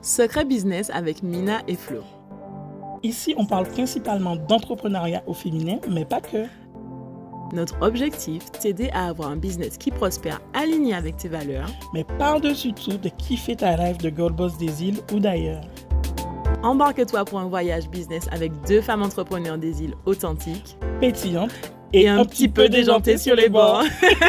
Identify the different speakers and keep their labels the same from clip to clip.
Speaker 1: Secret Business avec Mina et Flo.
Speaker 2: Ici, on parle principalement d'entrepreneuriat au féminin, mais pas que.
Speaker 1: Notre objectif, t'aider à avoir un business qui prospère aligné avec tes valeurs,
Speaker 2: mais par-dessus tout de kiffer ta rêve de girl boss des îles ou d'ailleurs.
Speaker 1: Embarque-toi pour un voyage business avec deux femmes entrepreneurs des îles authentiques,
Speaker 2: pétillantes
Speaker 1: et un petit peu déjantées sur les bords.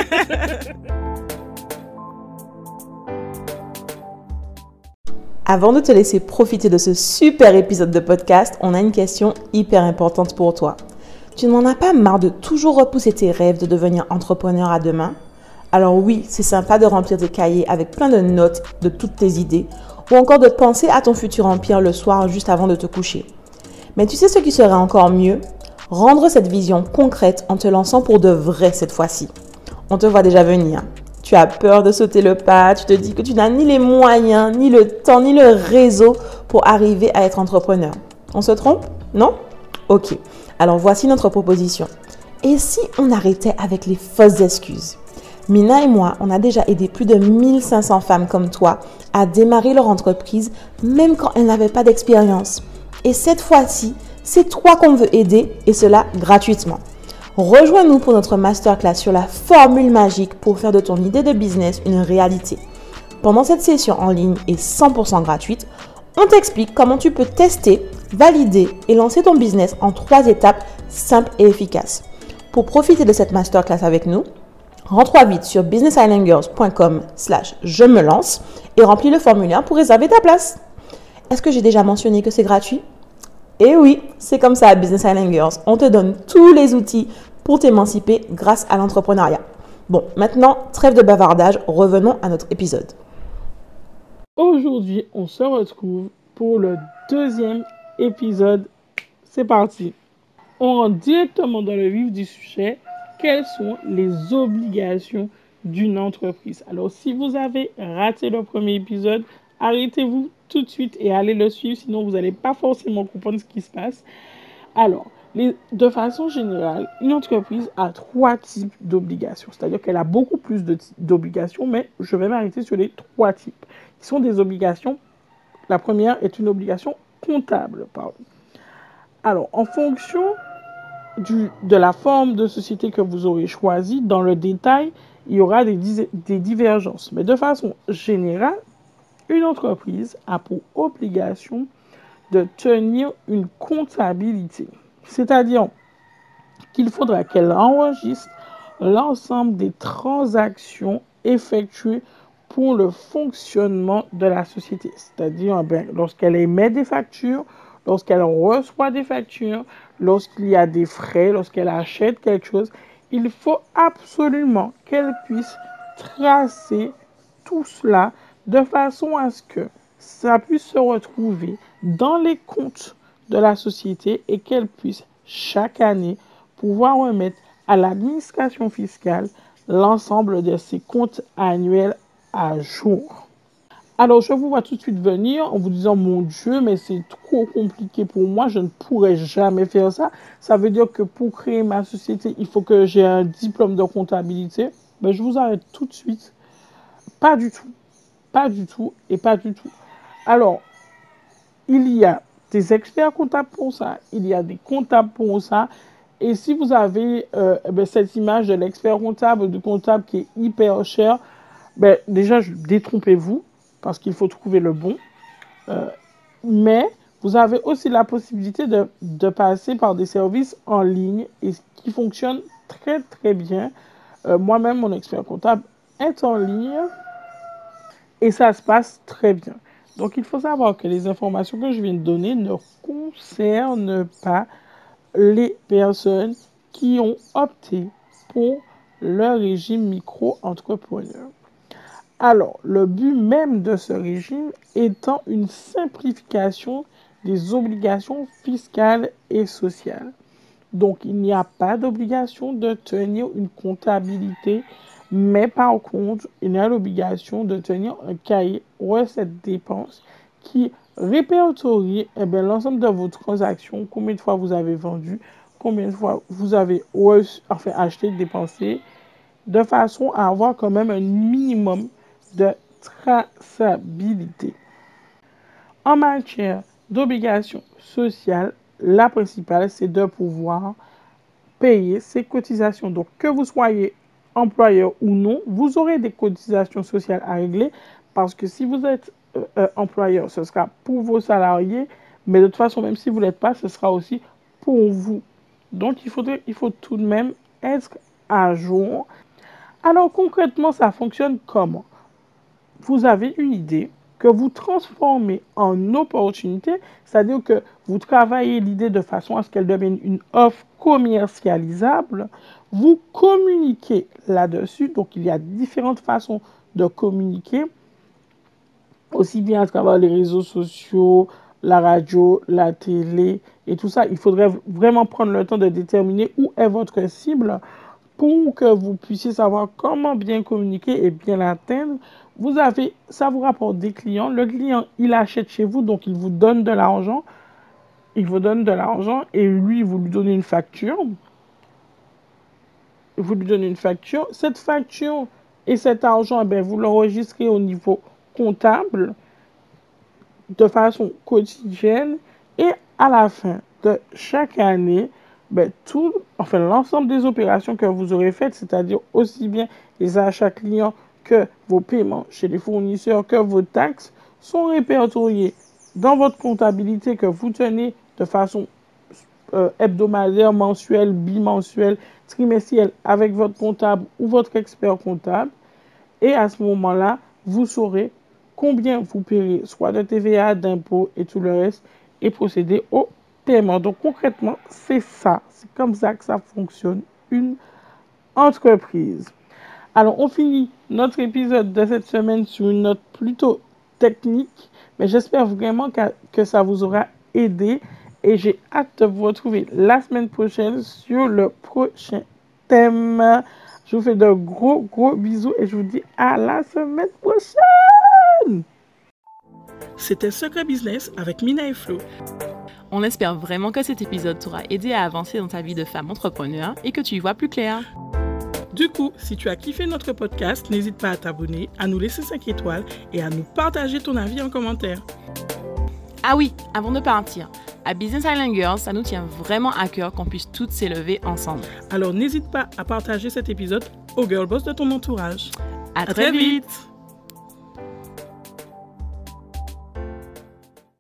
Speaker 3: Avant de te laisser profiter de ce super épisode de podcast, on a une question hyper importante pour toi. Tu n'en as pas marre de toujours repousser tes rêves de devenir entrepreneur à demain? Alors oui, c'est sympa de remplir tes cahiers avec plein de notes de toutes tes idées ou encore de penser à ton futur empire le soir juste avant de te coucher. Mais tu sais ce qui serait encore mieux? Rendre cette vision concrète en te lançant pour de vrai cette fois-ci. On te voit déjà venir. Tu as peur de sauter le pas, tu te dis que tu n'as ni les moyens, ni le temps, ni le réseau pour arriver à être entrepreneur. On se trompe? Non? Ok, alors voici notre proposition. Et si on arrêtait avec les fausses excuses? Mina et moi, on a déjà aidé plus de 1500 femmes comme toi à démarrer leur entreprise, même quand elles n'avaient pas d'expérience. Et cette fois-ci, c'est toi qu'on veut aider, et cela gratuitement. Rejoins-nous pour notre masterclass sur la formule magique pour faire de ton idée de business une réalité. Pendant cette session en ligne et 100% gratuite, on t'explique comment tu peux tester, valider et lancer ton business en 3 étapes simples et efficaces. Pour profiter de cette masterclass avec nous, rends-toi vite sur businessislandgirls.com/je me lance et remplis le formulaire pour réserver ta place. Est-ce que j'ai déjà mentionné que c'est gratuit? Et oui, c'est comme ça à Business Island Girls. On te donne tous les outils pour t'émanciper grâce à l'entrepreneuriat. Bon, maintenant, trêve de bavardage, revenons à notre épisode.
Speaker 2: Aujourd'hui, on se retrouve pour le 2e épisode. C'est parti. On rentre directement dans le vif du sujet. Quelles sont les obligations d'une entreprise? Alors, si vous avez raté le premier épisode, arrêtez-vous tout de suite et allez le suivre, sinon vous n'allez pas forcément comprendre ce qui se passe. Alors, de façon générale, une entreprise a 3 types d'obligations. C'est-à-dire qu'elle a beaucoup plus d'obligations, mais je vais m'arrêter sur les 3 types. Qui sont des obligations. La première est une obligation comptable. Alors, en fonction de la forme de société que vous aurez choisie, dans le détail, il y aura des divergences. Mais de façon générale, une entreprise a pour obligation de tenir une comptabilité. C'est-à-dire qu'il faudra qu'elle enregistre l'ensemble des transactions effectuées pour le fonctionnement de la société. C'est-à-dire lorsqu'elle émet des factures, lorsqu'elle reçoit des factures, lorsqu'il y a des frais, lorsqu'elle achète quelque chose, il faut absolument qu'elle puisse tracer tout cela de façon à ce que ça puisse se retrouver dans les comptes de la société et qu'elle puisse chaque année pouvoir remettre à l'administration fiscale l'ensemble de ses comptes annuels à jour. Alors, je vous vois tout de suite venir en vous disant, mon Dieu, mais c'est trop compliqué pour moi, je ne pourrais jamais faire ça. Ça veut dire que pour créer ma société, il faut que j'ai un diplôme de comptabilité. Mais je vous arrête tout de suite. Pas du tout. Pas du tout et pas du tout. Alors, il y a des experts comptables pour ça, il y a des comptables pour ça. Et si vous avez cette image de l'expert comptable, du comptable qui est hyper cher, déjà, détrompez-vous, parce qu'il faut trouver le bon. Mais vous avez aussi la possibilité de passer par des services en ligne et qui fonctionnent très, très bien. Moi-même, mon expert comptable est en ligne et ça se passe très bien. Donc, il faut savoir que les informations que je viens de donner ne concernent pas les personnes qui ont opté pour le régime micro-entrepreneur. Alors, le but même de ce régime étant une simplification des obligations fiscales et sociales. Donc, il n'y a pas d'obligation de tenir une comptabilité, mais par contre, il y a l'obligation de tenir un cahier recettes-dépenses qui répertorie l'ensemble de vos transactions, combien de fois vous avez vendu, combien de fois vous avez acheté, dépensé, de façon à avoir quand même un minimum de traçabilité. En matière d'obligations sociales, la principale, c'est de pouvoir payer ces cotisations. Donc, que vous soyez employeur ou non, vous aurez des cotisations sociales à régler parce que si vous êtes employeur, ce sera pour vos salariés, mais de toute façon, même si vous ne l'êtes pas, ce sera aussi pour vous. Donc, il faut tout de même être à jour. Alors, concrètement, ça fonctionne comment? Vous avez une idée que vous transformez en opportunité, c'est-à-dire que vous travaillez l'idée de façon à ce qu'elle devienne une offre commercialisable, vous communiquez là-dessus, donc il y a différentes façons de communiquer, aussi bien à travers les réseaux sociaux, la radio, la télé et tout ça. Il faudrait vraiment prendre le temps de déterminer où est votre cible pour que vous puissiez savoir comment bien communiquer et bien l'atteindre. Ça vous rapporte des clients. Le client, il achète chez vous, donc il vous donne de l'argent. Il vous donne de l'argent et lui, vous lui donnez une facture. Vous lui donnez une facture. Cette facture et cet argent, vous l'enregistrez au niveau comptable de façon quotidienne et à la fin de chaque année, l'ensemble des opérations que vous aurez faites, c'est-à-dire aussi bien les achats clients que vos paiements chez les fournisseurs, que vos taxes, sont répertoriés dans votre comptabilité que vous tenez de façon hebdomadaire, mensuelle, bimensuelle, trimestrielle avec votre comptable ou votre expert comptable. Et à ce moment-là, vous saurez combien vous paierez, soit de TVA, d'impôts et tout le reste, et procéder au paiement. Donc concrètement, c'est ça. C'est comme ça que ça fonctionne, une entreprise. Alors, on finit notre épisode de cette semaine sur une note plutôt technique, mais j'espère vraiment que ça vous aura aidé et j'ai hâte de vous retrouver la semaine prochaine sur le prochain thème. Je vous fais de gros bisous et je vous dis à la semaine prochaine.
Speaker 1: C'était Secret Business avec Mina et Flo. On espère vraiment que cet épisode t'aura aidé à avancer dans ta vie de femme entrepreneur et que tu y vois plus clair.
Speaker 2: Du coup, si tu as kiffé notre podcast, n'hésite pas à t'abonner, à nous laisser 5 étoiles et à nous partager ton avis en commentaire.
Speaker 1: Ah oui, avant de partir, à Business Island Girls, ça nous tient vraiment à cœur qu'on puisse toutes s'élever ensemble.
Speaker 2: Alors n'hésite pas à partager cet épisode aux girl boss de ton entourage.
Speaker 1: À très vite.